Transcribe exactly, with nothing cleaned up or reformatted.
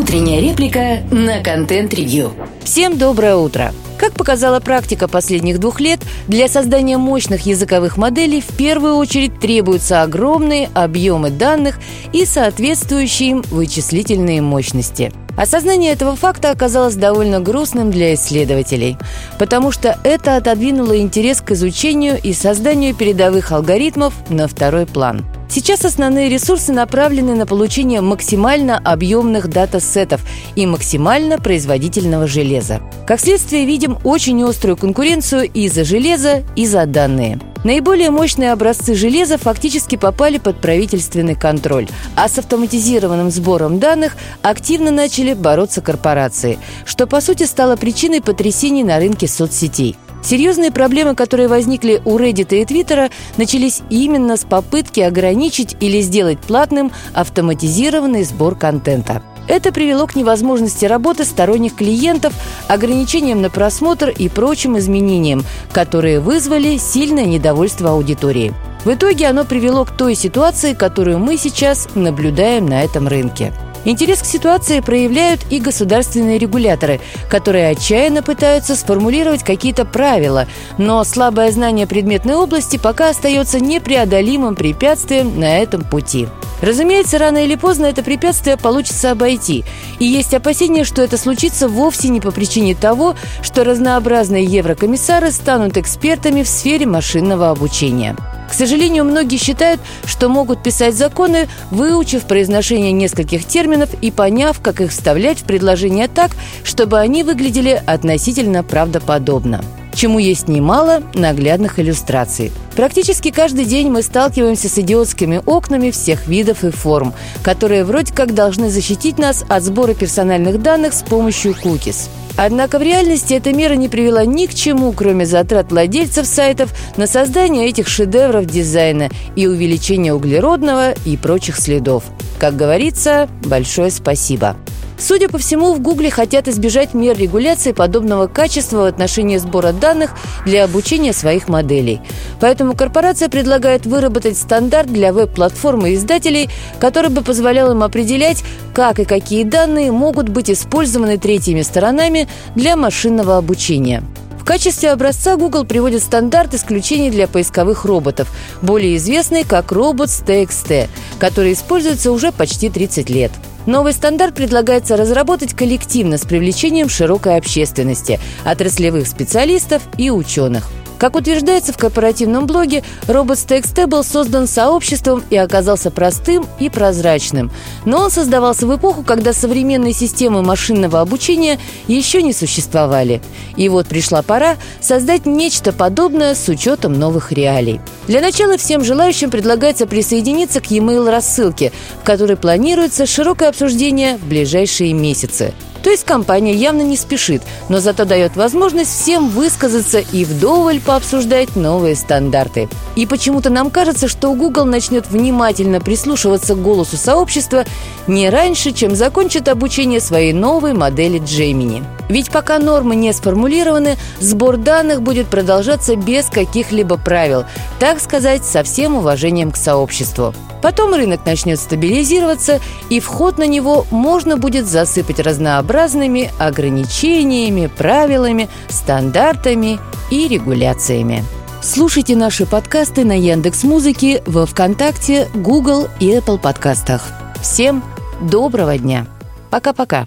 Утренняя реплика на контент-ревью. Всем доброе утро! Как показала практика последних двух лет, для создания мощных языковых моделей в первую очередь требуются огромные объемы данных и соответствующие им вычислительные мощности. Осознание этого факта оказалось довольно грустным для исследователей, потому что это отодвинуло интерес к изучению и созданию передовых алгоритмов на второй план. Сейчас основные ресурсы направлены на получение максимально объемных датасетов и максимально производительного железа. Как следствие, видим очень острую конкуренцию и за железо, и за данные. Наиболее мощные образцы железа фактически попали под правительственный контроль, а с автоматизированным сбором данных активно начали бороться корпорации, что по сути стало причиной потрясений на рынке соцсетей. Серьезные проблемы, которые возникли у Reddit и Twitter, начались именно с попытки ограничить или сделать платным автоматизированный сбор контента. Это привело к невозможности работы сторонних клиентов, ограничениям на просмотр и прочим изменениям, которые вызвали сильное недовольство аудитории. В итоге оно привело к той ситуации, которую мы сейчас наблюдаем на этом рынке. Интерес к ситуации проявляют и государственные регуляторы, которые отчаянно пытаются сформулировать какие-то правила, но слабое знание предметной области пока остается непреодолимым препятствием на этом пути. Разумеется, рано или поздно это препятствие получится обойти, и есть опасения, что это случится вовсе не по причине того, что разнообразные еврокомиссары станут экспертами в сфере машинного обучения. К сожалению, многие считают, что могут писать законы, выучив произношение нескольких терминов и поняв, как их вставлять в предложения так, чтобы они выглядели относительно правдоподобно. Чему есть немало наглядных иллюстраций. Практически каждый день мы сталкиваемся с идиотскими окнами всех видов и форм, которые вроде как должны защитить нас от сбора персональных данных с помощью кукис. Однако в реальности эта мера не привела ни к чему, кроме затрат владельцев сайтов на создание этих шедевров дизайна и увеличения углеродного и прочих следов. Как говорится, большое спасибо. Судя по всему, в Гугле хотят избежать мер регуляции подобного качества в отношении сбора данных для обучения своих моделей. Поэтому корпорация предлагает выработать стандарт для веб-платформ и издателей, который бы позволял им определять, как и какие данные могут быть использованы третьими сторонами для машинного обучения. В качестве образца Google приводит стандарт исключений для поисковых роботов, более известный как Robots.txt, который используется уже почти тридцать лет. Новый стандарт предлагается разработать коллективно с привлечением широкой общественности, отраслевых специалистов и ученых. Как утверждается в корпоративном блоге, Robots.txt был создан сообществом и оказался простым и прозрачным. Но он создавался в эпоху, когда современные системы машинного обучения еще не существовали. И вот пришла пора создать нечто подобное с учетом новых реалий. Для начала всем желающим предлагается присоединиться к e-mail рассылке, в которой планируется широкое обсуждение в ближайшие месяцы. То есть компания явно не спешит, но зато дает возможность всем высказаться и вдоволь пообсуждать новые стандарты. И почему-то нам кажется, что Google начнет внимательно прислушиваться к голосу сообщества не раньше, чем закончит обучение своей новой модели Gemini. Ведь пока нормы не сформулированы, сбор данных будет продолжаться без каких-либо правил, так сказать, со всем уважением к сообществу. Потом рынок начнет стабилизироваться, и вход на него можно будет засыпать разнообразными ограничениями, правилами, стандартами и регуляциями. Слушайте наши подкасты на Яндекс.Музыке, во ВКонтакте, Google и Apple подкастах. Всем доброго дня! Пока-пока!